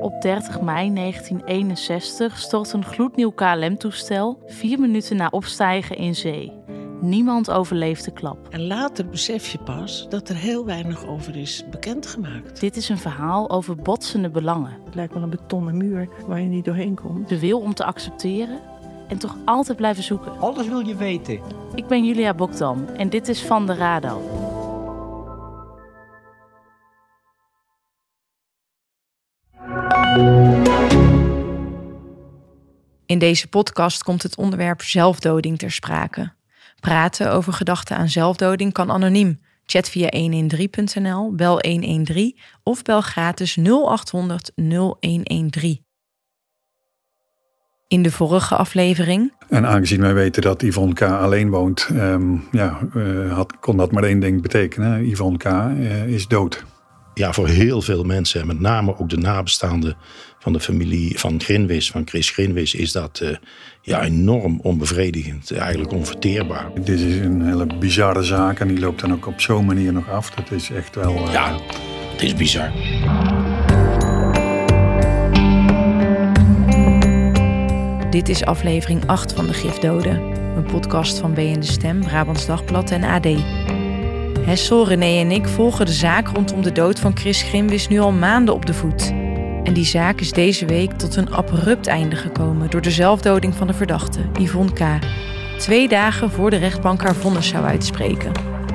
op 30 mei 1961 stort een gloednieuw KLM-toestel 4 minuten na opstijgen in zee. Niemand overleeft de klap. En later besef je pas dat er heel weinig over is bekendgemaakt. Dit is een verhaal over botsende belangen. Het lijkt wel een betonnen muur waar je niet doorheen komt. De wil om te accepteren en toch altijd blijven zoeken. Alles wil je weten. Ik ben Julia Bokdam en dit is Van de Radar. In deze podcast komt het onderwerp zelfdoding ter sprake. Praten over gedachten aan zelfdoding kan anoniem. Chat via 113.nl, bel 113 of bel gratis 0800 0113. In de vorige aflevering... En aangezien wij weten dat Yvonne K. alleen woont, kon dat maar één ding betekenen. Yvonne K. Is dood. Ja, voor heel veel mensen, en met name ook de nabestaanden van de familie van Grinwis, van Chris Grinwis, is dat enorm onbevredigend, eigenlijk onverteerbaar. Dit is een hele bizarre zaak en die loopt dan ook op zo'n manier nog af. Dat is echt wel... Ja, het is bizar. Dit is aflevering 8 van De Gifdoden. Een podcast van BN De Stem, Brabants Dagblad en AD. Hessel, René en ik volgen de zaak rondom de dood van Chris Grinwis nu al maanden op de voet. En die zaak is deze week tot een abrupt einde gekomen door de zelfdoding van de verdachte, Yvonne K. 2 dagen voor de rechtbank haar vonnis zou uitspreken.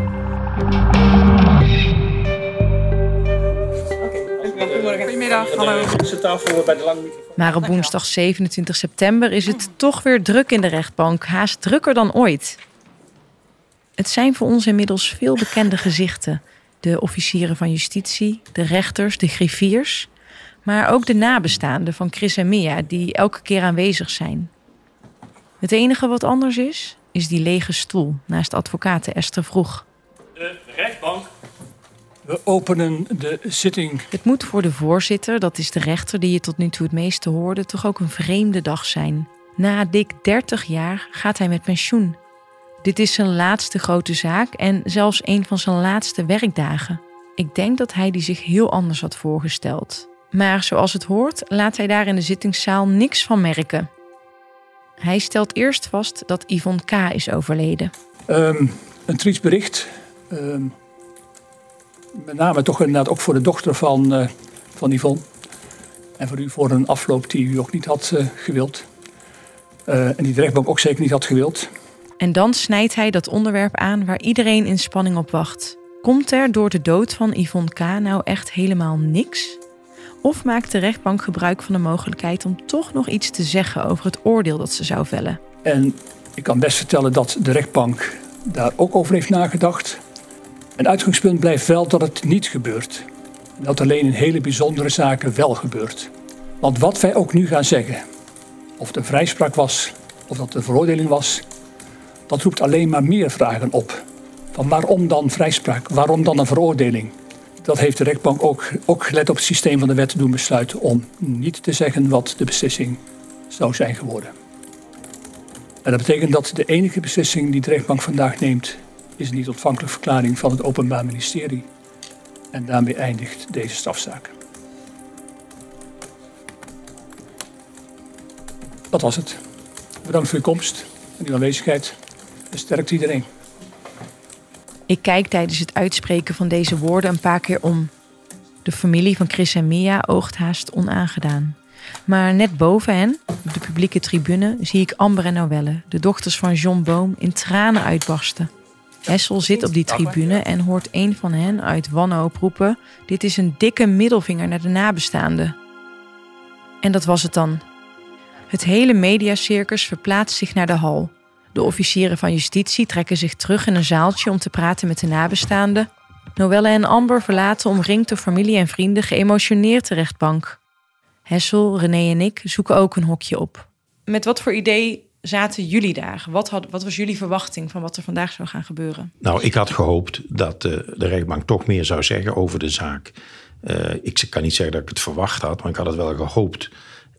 Goedemiddag, hallo. Maar op woensdag 27 september is het toch weer druk in de rechtbank, haast drukker dan ooit. Het zijn voor ons inmiddels veel bekende gezichten. De officieren van justitie, de rechters, de griffiers. Maar ook de nabestaanden van Chris en Mia die elke keer aanwezig zijn. Het enige wat anders is die lege stoel naast advocaat Esther Vroeg. De rechtbank. We openen de zitting. Het moet voor de voorzitter, dat is de rechter die je tot nu toe het meeste hoorde, toch ook een vreemde dag zijn. Na dik 30 jaar gaat hij met pensioen. Dit is zijn laatste grote zaak en zelfs een van zijn laatste werkdagen. Ik denk dat hij die zich heel anders had voorgesteld. Maar zoals het hoort, laat hij daar in de zittingszaal niks van merken. Hij stelt eerst vast dat Yvonne K. is overleden. Een triest bericht. Met name toch inderdaad ook voor de dochter van Yvonne. En voor u voor een afloop die u ook niet had gewild. En die de rechtbank ook zeker niet had gewild. En dan snijdt hij dat onderwerp aan waar iedereen in spanning op wacht. Komt er door de dood van Yvonne K. nou echt helemaal niks? Of maakt de rechtbank gebruik van de mogelijkheid om toch nog iets te zeggen over het oordeel dat ze zou vellen? En ik kan best vertellen dat de rechtbank daar ook over heeft nagedacht. Een uitgangspunt blijft wel dat het niet gebeurt. Dat alleen in hele bijzondere zaken wel gebeurt. Want wat wij ook nu gaan zeggen, of het een vrijspraak was, of dat een veroordeling was, dat roept alleen maar meer vragen op. Van waarom dan vrijspraak? Waarom dan een veroordeling? Dat heeft de rechtbank ook gelet op het systeem van de wet doen besluiten om niet te zeggen wat de beslissing zou zijn geworden. En dat betekent dat de enige beslissing die de rechtbank vandaag neemt is een niet ontvankelijke verklaring van het Openbaar Ministerie. En daarmee eindigt deze strafzaak. Dat was het. Bedankt voor uw komst en uw aanwezigheid. En sterkte iedereen. Ik kijk tijdens het uitspreken van deze woorden een paar keer om. De familie van Chris en Mia oogt haast onaangedaan. Maar net boven hen, op de publieke tribune, zie ik Amber en Noelle, de dochters van John Boom, in tranen uitbarsten. Hessel zit op die tribune en hoort een van hen uit wanhoop roepen: dit is een dikke middelvinger naar de nabestaanden. En dat was het dan. Het hele mediacircus verplaatst zich naar de hal. De officieren van justitie trekken zich terug in een zaaltje om te praten met de nabestaanden. Noelle en Amber verlaten omringd door familie en vrienden geëmotioneerd de rechtbank. Hessel, René en ik zoeken ook een hokje op. Met wat voor idee zaten jullie daar? Wat was jullie verwachting van wat er vandaag zou gaan gebeuren? Nou, ik had gehoopt dat de rechtbank toch meer zou zeggen over de zaak. Ik kan niet zeggen dat ik het verwacht had, maar ik had het wel gehoopt.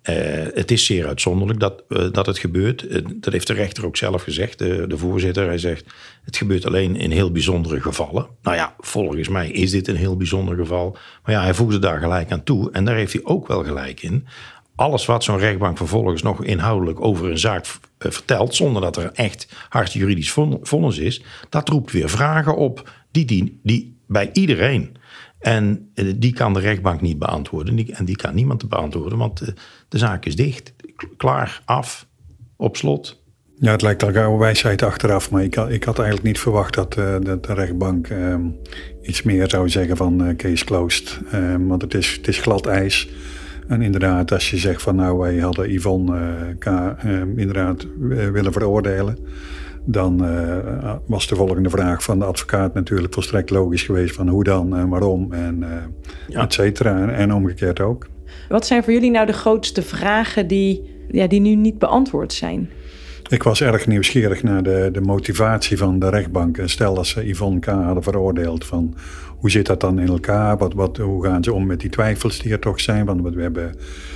Het is zeer uitzonderlijk dat het gebeurt. Dat heeft de rechter ook zelf gezegd, de voorzitter. Hij zegt, het gebeurt alleen in heel bijzondere gevallen. Nou ja, volgens mij is dit een heel bijzonder geval. Maar ja, hij voegde daar gelijk aan toe. En daar heeft hij ook wel gelijk in. Alles wat zo'n rechtbank vervolgens nog inhoudelijk over een zaak vertelt, zonder dat er echt hard juridisch vonnis is, dat roept weer vragen op die bij iedereen. En die kan de rechtbank niet beantwoorden. En die kan niemand beantwoorden, want de zaak is dicht. Klaar, af, op slot. Ja, het lijkt al gauw wijsheid achteraf. Maar ik had eigenlijk niet verwacht dat de rechtbank iets meer zou zeggen van case closed. Want het is glad ijs. En inderdaad, als je zegt van nou, wij hadden Yvonne K. Inderdaad willen veroordelen, dan was de volgende vraag van de advocaat natuurlijk volstrekt logisch geweest van hoe dan en waarom en et cetera. En omgekeerd ook. Wat zijn voor jullie nou de grootste vragen die nu niet beantwoord zijn? Ik was erg nieuwsgierig naar de motivatie van de rechtbank. En stel dat ze Yvonne K. hadden veroordeeld van hoe zit dat dan in elkaar? Hoe gaan ze om met die twijfels die er toch zijn? Want we hebben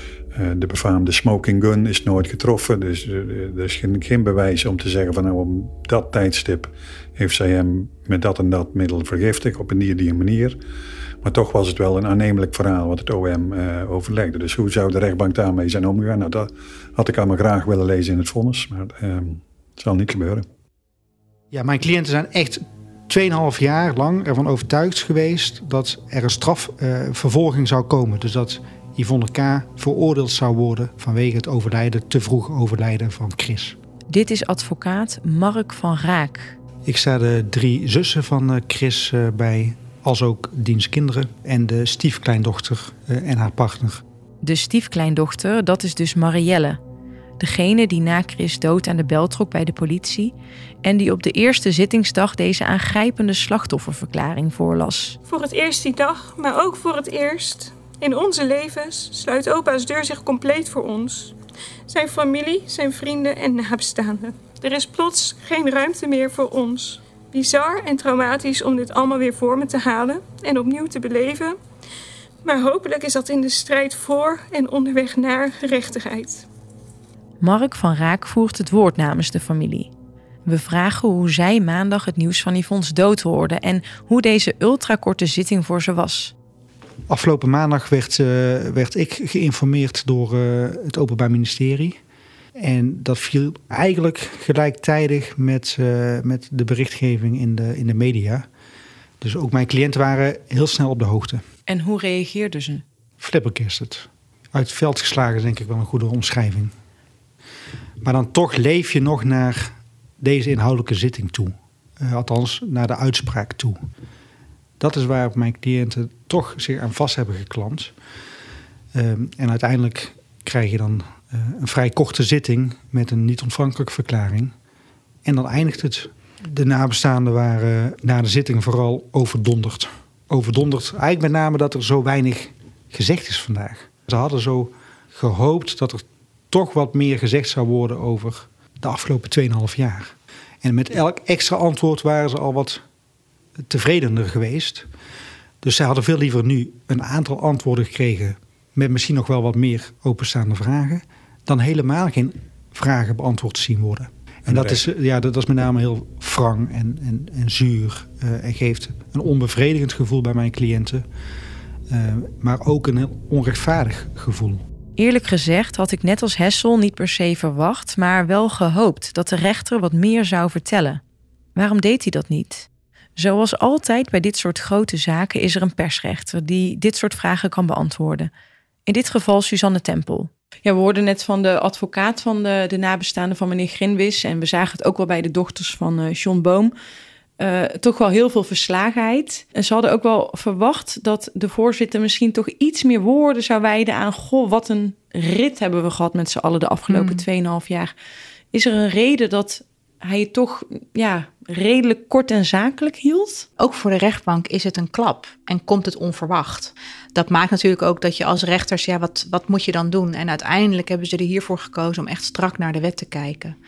de befaamde smoking gun is nooit getroffen. Dus er is geen bewijs om te zeggen van nou om dat tijdstip heeft zij hem met dat en dat middel vergiftigd op een die manier. Maar toch was het wel een aannemelijk verhaal wat het OM overlegde. Dus hoe zou de rechtbank daarmee zijn omgegaan? Nou, dat had ik allemaal graag willen lezen in het vonnis. Maar het zal niet gebeuren. Ja, mijn cliënten zijn echt 2,5 jaar lang ervan overtuigd geweest dat er een strafvervolging zou komen. Dus dat Yvonne K. veroordeeld zou worden vanwege het te vroeg overlijden van Chris. Dit is advocaat Mark van Raak. Ik sta de 3 zussen van Chris bij, als ook diens kinderen en de stiefkleindochter en haar partner. De stiefkleindochter, dat is dus Marielle. Degene die na Chris dood aan de bel trok bij de politie en die op de eerste zittingsdag deze aangrijpende slachtofferverklaring voorlas. Voor het eerst die dag, maar ook voor het eerst in onze levens sluit opa's deur zich compleet voor ons. Zijn familie, zijn vrienden en nabestaanden. Er is plots geen ruimte meer voor ons. Bizar en traumatisch om dit allemaal weer voor me te halen en opnieuw te beleven. Maar hopelijk is dat in de strijd voor en onderweg naar gerechtigheid. Mark van Raak voert het woord namens de familie. We vragen hoe zij maandag het nieuws van Yvonne's dood hoorden en hoe deze ultrakorte zitting voor ze was. Afgelopen maandag werd ik geïnformeerd door het Openbaar Ministerie. En dat viel eigenlijk gelijktijdig met de berichtgeving in de media. Dus ook mijn cliënten waren heel snel op de hoogte. En hoe reageerden ze? Flabbergasted. Uit het veld geslagen is denk ik wel een goede omschrijving. Maar dan toch leef je nog naar deze inhoudelijke zitting toe. Althans, naar de uitspraak toe. Dat is waar mijn cliënten toch zich aan vast hebben geklampt. En uiteindelijk krijg je dan een vrij korte zitting met een niet-ontvankelijke verklaring. En dan eindigt het. De nabestaanden waren na de zitting vooral overdonderd. Overdonderd eigenlijk met name dat er zo weinig gezegd is vandaag. Ze hadden zo gehoopt dat er toch wat meer gezegd zou worden over de afgelopen 2,5 jaar. En met elk extra antwoord waren ze al wat tevredener geweest. Dus zij hadden veel liever nu een aantal antwoorden gekregen met misschien nog wel wat meer openstaande vragen, dan helemaal geen vragen beantwoord te zien worden. En dat is met name heel wrang en zuur en geeft een onbevredigend gevoel bij mijn cliënten, maar ook een heel onrechtvaardig gevoel. Eerlijk gezegd had ik net als Hessel niet per se verwacht, maar wel gehoopt dat de rechter wat meer zou vertellen. Waarom deed hij dat niet? Zoals altijd bij dit soort grote zaken is er een persrechter die dit soort vragen kan beantwoorden. In dit geval Suzanne Tempel. Ja, we hoorden net van de advocaat van de nabestaanden van meneer Grinwis. En we zagen het ook wel bij de dochters van John Boom. Toch wel heel veel verslagenheid. En ze hadden ook wel verwacht dat de voorzitter misschien toch iets meer woorden zou wijden aan, goh, wat een rit hebben we gehad met z'n allen de afgelopen 2,5 jaar. Is er een reden dat hij het toch redelijk kort en zakelijk hield? Ook voor de rechtbank is het een klap en komt het onverwacht. Dat maakt natuurlijk ook dat je als rechters, wat moet je dan doen? En uiteindelijk hebben ze er hiervoor gekozen om echt strak naar de wet te kijken.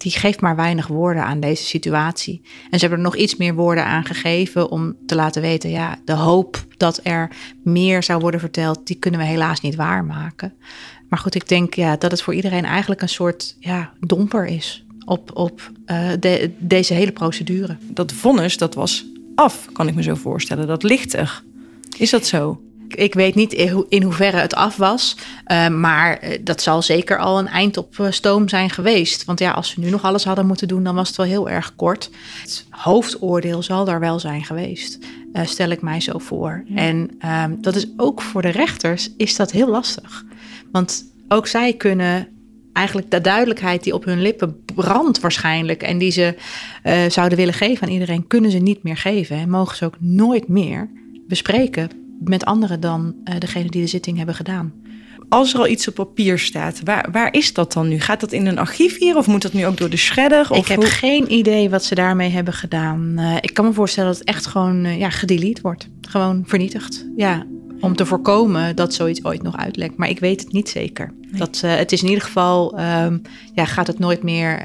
die geeft maar weinig woorden aan deze situatie. En ze hebben er nog iets meer woorden aan gegeven om te laten weten, ja, de hoop dat er meer zou worden verteld, die kunnen we helaas niet waarmaken. Maar goed, ik denk dat het voor iedereen eigenlijk een soort domper is op deze hele procedure. Dat vonnis, dat was af, kan ik me zo voorstellen. Dat ligt er. Is dat zo? Ik weet niet in hoeverre het af was. Maar dat zal zeker al een eind op stoom zijn geweest. Want als ze nu nog alles hadden moeten doen, dan was het wel heel erg kort. Het hoofdoordeel zal daar wel zijn geweest. Stel ik mij zo voor. Ja. En dat is ook voor de rechters is dat heel lastig. Want ook zij kunnen eigenlijk de duidelijkheid die op hun lippen brandt waarschijnlijk, en die ze zouden willen geven aan iedereen, kunnen ze niet meer geven. En mogen ze ook nooit meer bespreken met anderen dan degene die de zitting hebben gedaan. Als er al iets op papier staat, waar is dat dan nu? Gaat dat in een archief hier of moet dat nu ook door de shredder? Ik heb geen idee wat ze daarmee hebben gedaan. Ik kan me voorstellen dat het echt gewoon gedelete wordt. Gewoon vernietigd. Ja, om te voorkomen dat zoiets ooit nog uitlekt. Maar ik weet het niet zeker. Nee. Het is in ieder geval, gaat het nooit meer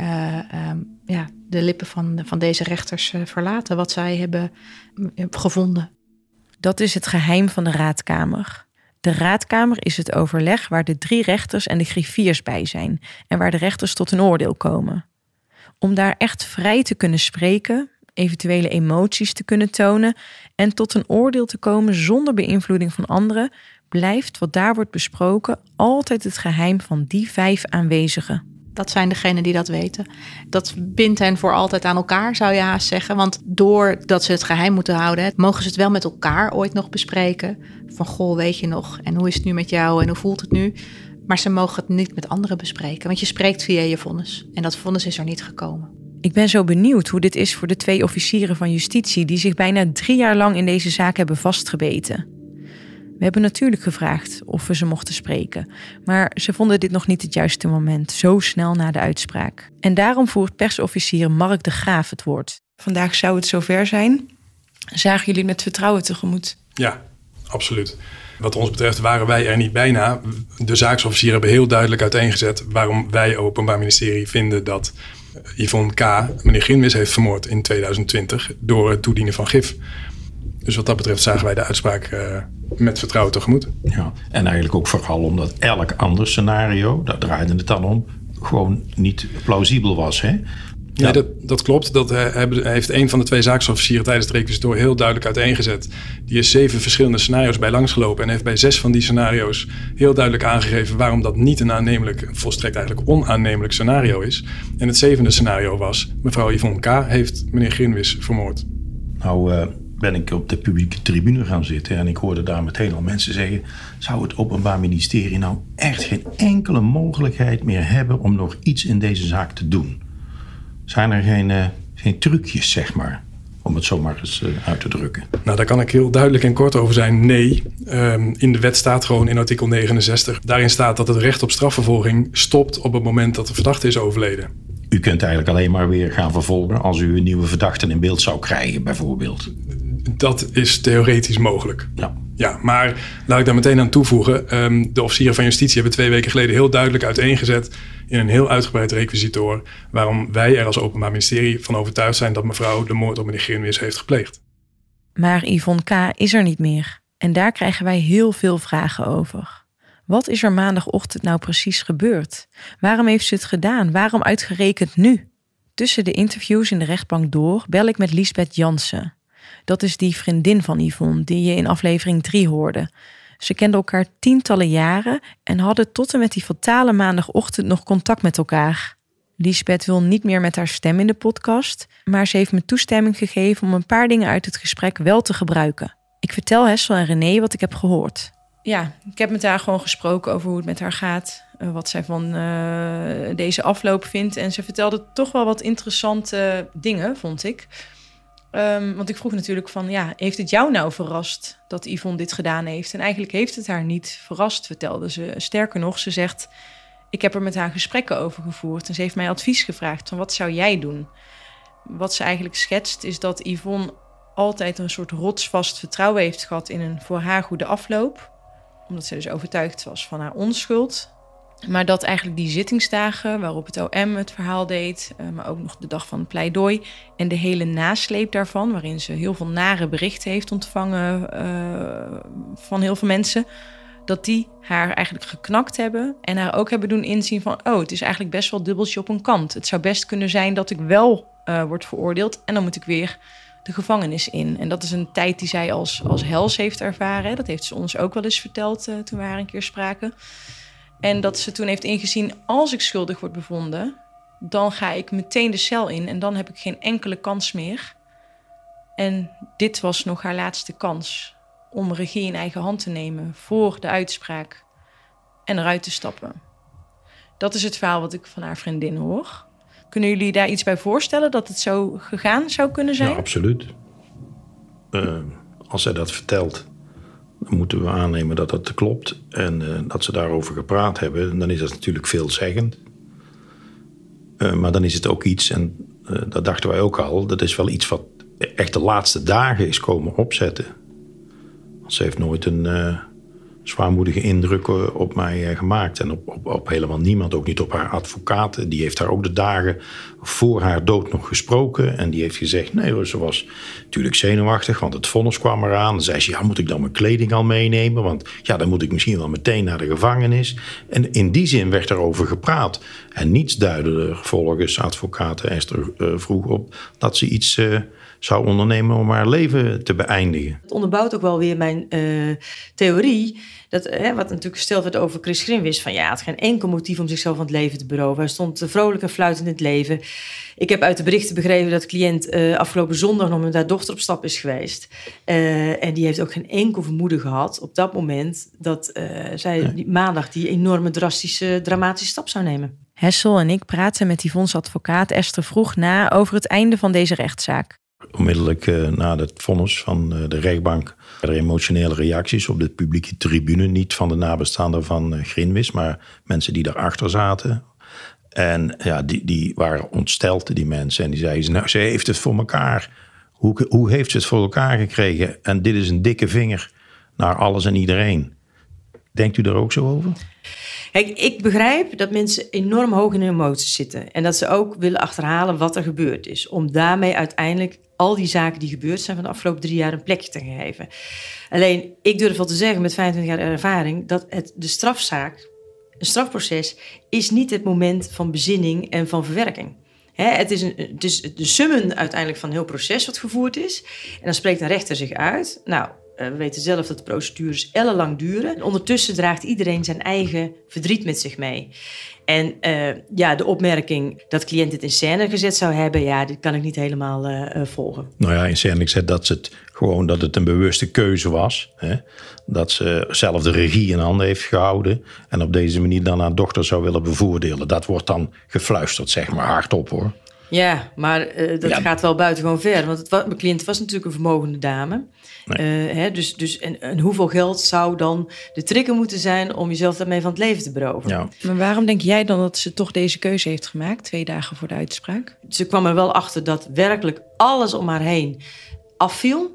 de lippen van deze rechters verlaten wat zij hebben gevonden. Dat is het geheim van de raadkamer. De raadkamer is het overleg waar de 3 rechters en de griffiers bij zijn en waar de rechters tot een oordeel komen. Om daar echt vrij te kunnen spreken, eventuele emoties te kunnen tonen en tot een oordeel te komen zonder beïnvloeding van anderen, blijft wat daar wordt besproken altijd het geheim van die 5 aanwezigen. Dat zijn degenen die dat weten. Dat bindt hen voor altijd aan elkaar, zou je haast zeggen. Want doordat ze het geheim moeten houden, mogen ze het wel met elkaar ooit nog bespreken. Van, goh, weet je nog? En hoe is het nu met jou? En hoe voelt het nu? Maar ze mogen het niet met anderen bespreken. Want je spreekt via je vonnis. En dat vonnis is er niet gekomen. Ik ben zo benieuwd hoe dit is voor de 2 officieren van justitie die zich bijna 3 jaar lang in deze zaak hebben vastgebeten. We hebben natuurlijk gevraagd of we ze mochten spreken, maar ze vonden dit nog niet het juiste moment, zo snel na de uitspraak. En daarom voert persofficier Mark de Graaf het woord. Vandaag zou het zover zijn. Zagen jullie met vertrouwen tegemoet? Ja, absoluut. Wat ons betreft waren wij er niet bijna. De zaaksofficieren hebben heel duidelijk uiteengezet waarom wij, Openbaar Ministerie, vinden dat Yvonne K. meneer Grinwis heeft vermoord in 2020 door het toedienen van gif. Dus wat dat betreft zagen wij de uitspraak met vertrouwen tegemoet. Ja, en eigenlijk ook vooral omdat elk ander scenario, daar draaide het dan om, gewoon niet plausibel was. Hè? Ja, dat klopt. Dat heeft een van de 2 zaaksofficieren tijdens het requisitoor heel duidelijk uiteengezet. Die is 7 verschillende scenario's bij langsgelopen en heeft bij 6 van die scenario's heel duidelijk aangegeven waarom dat niet een aannemelijk, volstrekt eigenlijk onaannemelijk scenario is. En het 7e scenario was, mevrouw Yvonne K. heeft meneer Grinwis vermoord. Nou, ben ik op de publieke tribune gaan zitten en ik hoorde daar meteen al mensen zeggen, zou het Openbaar Ministerie nou echt geen enkele mogelijkheid meer hebben om nog iets in deze zaak te doen? Zijn er geen trucjes, zeg maar, om het zomaar eens uit te drukken? Nou, daar kan ik heel duidelijk en kort over zijn. Nee, in de wet staat gewoon in artikel 69, daarin staat dat het recht op strafvervolging stopt op het moment dat de verdachte is overleden. U kunt eigenlijk alleen maar weer gaan vervolgen als u een nieuwe verdachte in beeld zou krijgen, bijvoorbeeld. Dat is theoretisch mogelijk. Ja, maar laat ik daar meteen aan toevoegen. De officieren van justitie hebben 2 weken geleden heel duidelijk uiteengezet in een heel uitgebreid requisitoor waarom wij er als Openbaar Ministerie van overtuigd zijn dat mevrouw de moord op meneer Grinwis heeft gepleegd. Maar Yvonne K. is er niet meer. En daar krijgen wij heel veel vragen over. Wat is er maandagochtend nou precies gebeurd? Waarom heeft ze het gedaan? Waarom uitgerekend nu? Tussen de interviews in de rechtbank door bel ik met Liesbeth Jansen. Dat is die vriendin van Yvonne die je in aflevering 3 hoorde. Ze kenden elkaar tientallen jaren en hadden tot en met die fatale maandagochtend nog contact met elkaar. Liesbeth wil niet meer met haar stem in de podcast, maar ze heeft me toestemming gegeven om een paar dingen uit het gesprek wel te gebruiken. Ik vertel Hessel en René wat ik heb gehoord. Ja, ik heb met haar gewoon gesproken over hoe het met haar gaat. Wat zij van deze afloop vindt. En ze vertelde toch wel wat interessante dingen, vond ik. Want ik vroeg natuurlijk van, heeft het jou nou verrast dat Yvonne dit gedaan heeft? En eigenlijk heeft het haar niet verrast, vertelde ze. Sterker nog, ze zegt, ik heb er met haar gesprekken over gevoerd. En ze heeft mij advies gevraagd van, wat zou jij doen? Wat ze eigenlijk schetst is dat Yvonne altijd een soort rotsvast vertrouwen heeft gehad in een voor haar goede afloop. Omdat ze dus overtuigd was van haar onschuld. Maar dat eigenlijk die zittingsdagen waarop het OM het verhaal deed, maar ook nog de dag van het pleidooi en de hele nasleep daarvan, waarin ze heel veel nare berichten heeft ontvangen van heel veel mensen, dat die haar eigenlijk geknakt hebben en haar ook hebben doen inzien van, het is eigenlijk best wel dubbeltje op een kant. Het zou best kunnen zijn dat ik wel word veroordeeld en dan moet ik weer de gevangenis in. En dat is een tijd die zij als hels heeft ervaren. Dat heeft ze ons ook wel eens verteld toen we haar een keer spraken. En dat ze toen heeft ingezien, als ik schuldig word bevonden, dan ga ik meteen de cel in en dan heb ik geen enkele kans meer. En dit was nog haar laatste kans om regie in eigen hand te nemen voor de uitspraak en eruit te stappen. Dat is het verhaal wat ik van haar vriendin hoor. Kunnen jullie daar iets bij voorstellen dat het zo gegaan zou kunnen zijn? Ja, absoluut. Als zij dat vertelt, dan moeten we aannemen dat dat klopt. En dat ze daarover gepraat hebben, dan is dat natuurlijk veelzeggend. Maar dan is het ook iets, en dat dachten wij ook al, dat is wel iets wat echt de laatste dagen is komen opzetten. Want ze heeft nooit een zwaarmoedige indruk op mij gemaakt. En op helemaal niemand, ook niet op haar advocaat. Die heeft haar ook de dagen voor haar dood nog gesproken. En die heeft gezegd, nee, ze was natuurlijk zenuwachtig, want het vonnis kwam eraan. Dan zei ze, moet ik dan mijn kleding al meenemen? Want dan moet ik misschien wel meteen naar de gevangenis. En in die zin werd erover gepraat. En niets duidde er volgens advocaat Esther vroeg op dat ze iets zou ondernemen om haar leven te beëindigen. Het onderbouwt ook wel weer mijn theorie. Dat, wat natuurlijk gesteld werd over Chris Grinwis. Van hij had geen enkel motief om zichzelf van het leven te beroven. Hij stond vrolijk en fluitend in het leven. Ik heb uit de berichten begrepen dat de cliënt afgelopen zondag nog met haar dochter op stap is geweest. En die heeft ook geen enkel vermoeden gehad op dat moment dat zij maandag die enorme dramatische stap zou nemen. Hessel en ik praten met Yvonne's advocaat Esther Vroeg na over het einde van deze rechtszaak. Onmiddellijk na het vonnis van de rechtbank er emotionele reacties op de publieke tribune. Niet van de nabestaanden van Grinwis, maar mensen die daarachter zaten. En die waren ontsteld, die mensen. En die zeiden, ze heeft het voor elkaar. Hoe heeft ze het voor elkaar gekregen? En dit is een dikke vinger naar alles en iedereen. Denkt u daar ook zo over? Kijk, ik begrijp dat mensen enorm hoog in hun emoties zitten. En dat ze ook willen achterhalen wat er gebeurd is. Om daarmee uiteindelijk al die zaken die gebeurd zijn van de afgelopen 3 jaar een plekje te geven. Alleen, ik durf wel te zeggen met 25 jaar ervaring dat de strafzaak, een strafproces, is niet het moment van bezinning en van verwerking. Het is de summen uiteindelijk van een heel proces wat gevoerd is. En dan spreekt een rechter zich uit. Nou, we weten zelf dat de procedures ellenlang duren. En ondertussen draagt iedereen zijn eigen verdriet met zich mee. En de opmerking dat de cliënt het in scène gezet zou hebben, dit kan ik niet helemaal volgen. Nou ja, in scène gezet dat het een bewuste keuze was. Hè? Dat ze zelf de regie in handen heeft gehouden en op deze manier dan haar dochter zou willen bevoordelen. Dat wordt dan gefluisterd, zeg maar, hardop hoor. Ja, maar dat gaat wel buitengewoon ver. Want mijn cliënt was natuurlijk een vermogende dame. Nee. En hoeveel geld zou dan de trigger moeten zijn om jezelf daarmee van het leven te beroven? Ja. Maar waarom denk jij dan dat ze toch deze keuze heeft gemaakt 2 dagen voor de uitspraak? Ze kwam er wel achter dat werkelijk alles om haar heen afviel.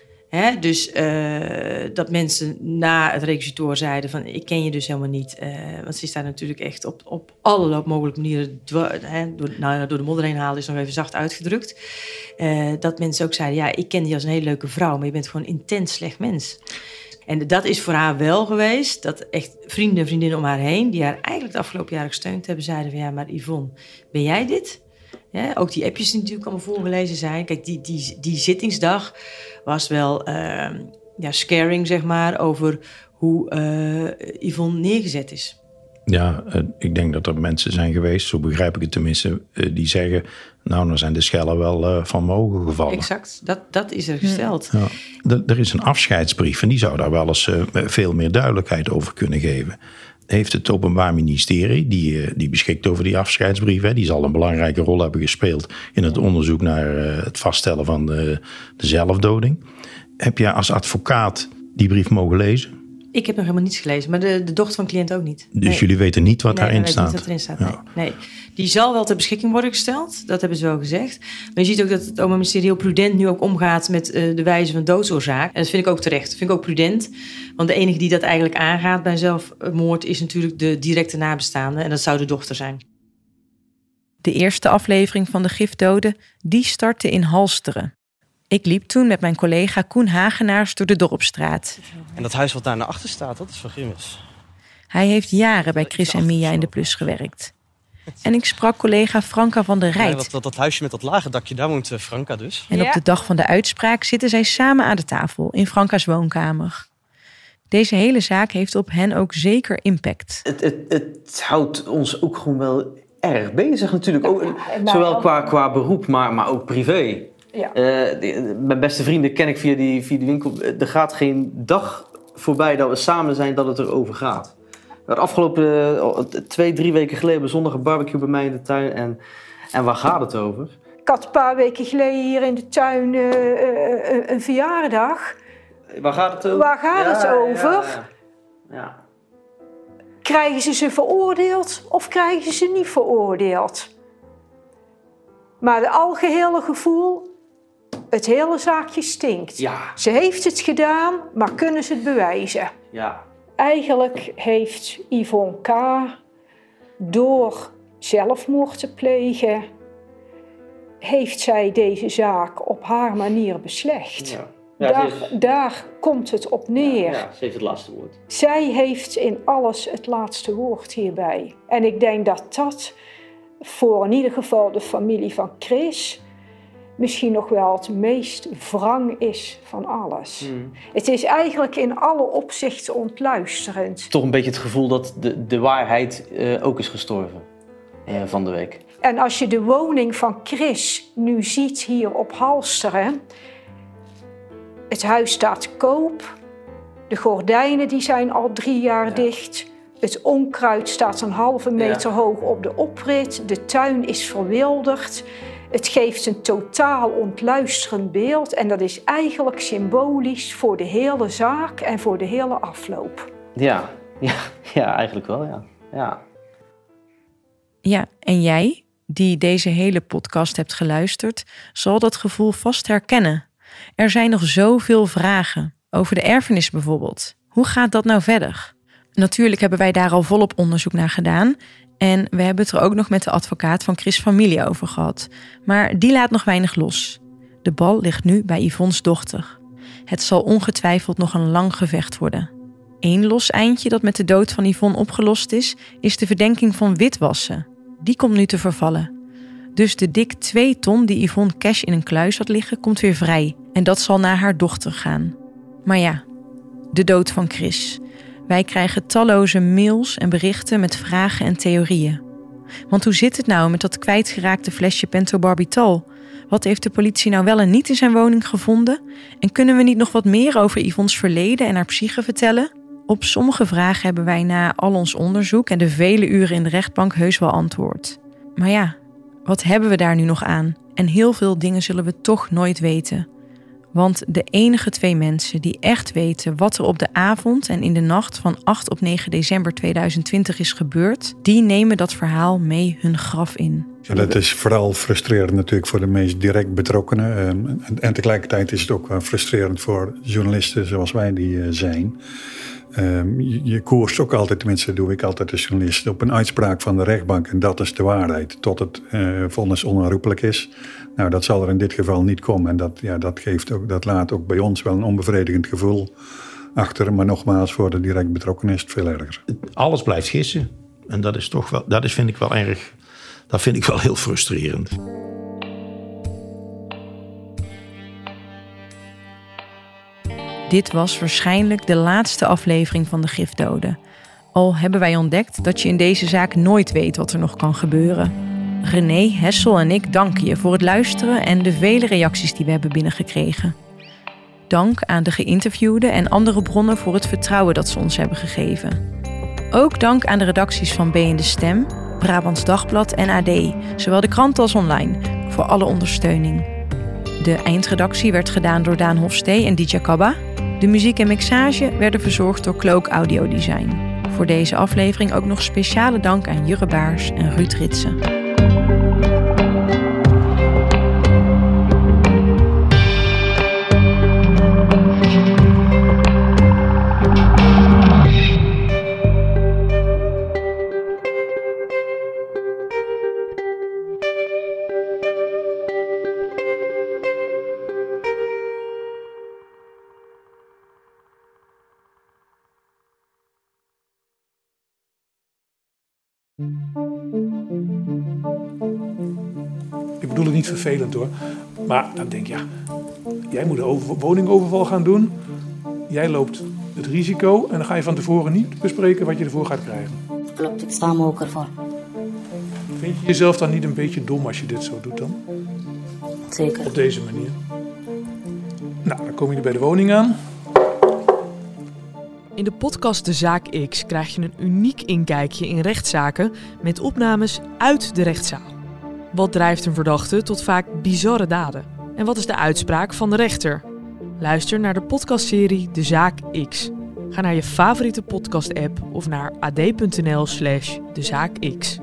Dat mensen na het requisitoor zeiden van ik ken je dus helemaal niet. Want ze is daar natuurlijk echt op alle mogelijke manieren door de modder heen halen is nog even zacht uitgedrukt. Dat mensen ook zeiden ik ken je als een hele leuke vrouw, maar je bent gewoon een intens slecht mens. En dat is voor haar wel geweest, dat echt vrienden en vriendinnen om haar heen, die haar eigenlijk de afgelopen jaren gesteund hebben, zeiden van maar Yvonne, ben jij dit? Ja, ook die appjes die natuurlijk allemaal voorgelezen zijn. Kijk, die zittingsdag was wel scaring, zeg maar, over hoe Yvonne neergezet is. Ja, ik denk dat er mensen zijn geweest, zo begrijp ik het tenminste, die zeggen, nou zijn de schellen wel van mijn ogen gevallen. Exact, dat is er gesteld. Ja. Er is een afscheidsbrief en die zou daar wel eens veel meer duidelijkheid over kunnen geven. Heeft het Openbaar Ministerie, die beschikt over die afscheidsbrief, die zal een belangrijke rol hebben gespeeld in het onderzoek naar het vaststellen van de zelfdoding. Heb jij als advocaat die brief mogen lezen? Ik heb nog helemaal niets gelezen, maar de dochter van de cliënt ook niet. Dus jullie weten niet wat daarin staat? Nee, niet wat erin staat. Nee. Die zal wel ter beschikking worden gesteld. Dat hebben ze wel gezegd. Maar je ziet ook dat het Openbaar Ministerie heel prudent nu ook omgaat met de wijze van doodsoorzaak. En dat vind ik ook terecht. Dat vind ik ook prudent. Want de enige die dat eigenlijk aangaat bij zelfmoord is natuurlijk de directe nabestaande. En dat zou de dochter zijn. De eerste aflevering van de Gifdoden, die startte in Halsteren. Ik liep toen met mijn collega Koen Hagenaars door de Dorpsstraat. En dat huis wat daar naar achter staat, dat is van Grimmes. Hij heeft jaren bij Chris en Mia in de Plus gewerkt. En ik sprak collega Franka van der Rijt. Ja, dat huisje met dat lage dakje, daar woont Franka dus. En op de dag van de uitspraak zitten zij samen aan de tafel in Franka's woonkamer. Deze hele zaak heeft op hen ook zeker impact. Het houdt ons ook gewoon wel erg bezig natuurlijk. Ook, zowel qua beroep, maar ook privé. Ja. Mijn beste vrienden ken ik via die winkel. Er gaat geen dag voorbij dat we samen zijn dat het erover gaat. De afgelopen 2-3 weken geleden zondag een barbecue bij mij in de tuin. En waar gaat het over? Ik had een paar weken geleden hier in de tuin een verjaardag. Waar gaat het over? Waar gaat het over? Ja. Krijgen ze veroordeeld of krijgen ze niet veroordeeld? Maar het algehele gevoel, het hele zaakje stinkt. Ja. Ze heeft het gedaan, maar kunnen ze het bewijzen? Ja. Eigenlijk heeft Yvonne K. door zelfmoord te plegen, heeft zij deze zaak op haar manier beslecht. Ja. Ja, daar komt het op neer. Ja, ze heeft het laatste woord. Zij heeft in alles het laatste woord hierbij. En ik denk dat dat voor in ieder geval de familie van Chris misschien nog wel het meest wrang is van alles. Het is eigenlijk in alle opzichten ontluisterend. Toch een beetje het gevoel dat de waarheid ook is gestorven van de week. En als je de woning van Chris nu ziet hier op Halsteren, het huis staat te koop, de gordijnen die zijn al 3 jaar dicht, het onkruid staat een halve meter hoog op de oprit, de tuin is verwilderd. Het geeft een totaal ontluisterend beeld en dat is eigenlijk symbolisch voor de hele zaak en voor de hele afloop. Ja, eigenlijk wel, ja. Ja, en jij, die deze hele podcast hebt geluisterd, zal dat gevoel vast herkennen. Er zijn nog zoveel vragen, over de erfenis bijvoorbeeld. Hoe gaat dat nou verder? Natuurlijk hebben wij daar al volop onderzoek naar gedaan. En we hebben het er ook nog met de advocaat van Chris' familie over gehad. Maar die laat nog weinig los. De bal ligt nu bij Yvonne's dochter. Het zal ongetwijfeld nog een lang gevecht worden. Eén los eindje dat met de dood van Yvonne opgelost is de verdenking van witwassen. Die komt nu te vervallen. Dus de dik 2 ton die Yvonne cash in een kluis had liggen, komt weer vrij. En dat zal naar haar dochter gaan. Maar ja, de dood van Chris. Wij krijgen talloze mails en berichten met vragen en theorieën. Want hoe zit het nou met dat kwijtgeraakte flesje pentobarbital? Wat heeft de politie nou wel en niet in zijn woning gevonden? En kunnen we niet nog wat meer over Yvonne's verleden en haar psyche vertellen? Op sommige vragen hebben wij na al ons onderzoek en de vele uren in de rechtbank heus wel antwoord. Maar ja, wat hebben we daar nu nog aan? En heel veel dingen zullen we toch nooit weten. Want de enige 2 mensen die echt weten wat er op de avond en in de nacht van 8 op 9 december 2020 is gebeurd, die nemen dat verhaal mee hun graf in. Ja, dat is vooral frustrerend natuurlijk voor de meest direct betrokkenen. En tegelijkertijd is het ook wel frustrerend voor journalisten zoals wij die zijn. Je koerst ook altijd, tenminste doe ik altijd als journalist, op een uitspraak van de rechtbank. En dat is de waarheid, tot het vonnis onherroepelijk is. Nou, dat zal er in dit geval niet komen. En dat laat ook bij ons wel een onbevredigend gevoel achter. Maar nogmaals, voor de direct betrokkenen is het veel erger. Alles blijft gissen. En dat is toch wel, vind ik wel erg. Dat vind ik wel heel frustrerend. Dit was waarschijnlijk de laatste aflevering van de Gifdoden. Al hebben wij ontdekt dat je in deze zaak nooit weet wat er nog kan gebeuren. René, Hessel en ik danken je voor het luisteren en de vele reacties die we hebben binnengekregen. Dank aan de geïnterviewden en andere bronnen voor het vertrouwen dat ze ons hebben gegeven. Ook dank aan de redacties van B en De Stem, Brabants Dagblad en AD, zowel de krant als online, voor alle ondersteuning. De eindredactie werd gedaan door Daan Hofstee en Dija Kabba. De muziek en mixage werden verzorgd door Cloak Audio Design. Voor deze aflevering ook nog speciale dank aan Jurre Baars en Ruud Ritsen. Ik bedoel het niet vervelend hoor. Maar dan denk je, jij moet een woningoverval gaan doen. Jij loopt het risico en dan ga je van tevoren niet bespreken wat je ervoor gaat krijgen. Klopt, ik sta me ook ervoor. Vind je jezelf dan niet een beetje dom als je dit zo doet dan? Zeker. Op deze manier. Nou, dan kom je bij de woning aan. In de podcast De Zaak X krijg je een uniek inkijkje in rechtszaken met opnames uit de rechtszaal. Wat drijft een verdachte tot vaak bizarre daden? En wat is de uitspraak van de rechter? Luister naar de podcastserie De Zaak X. Ga naar je favoriete podcast-app of naar ad.nl/dezaakx.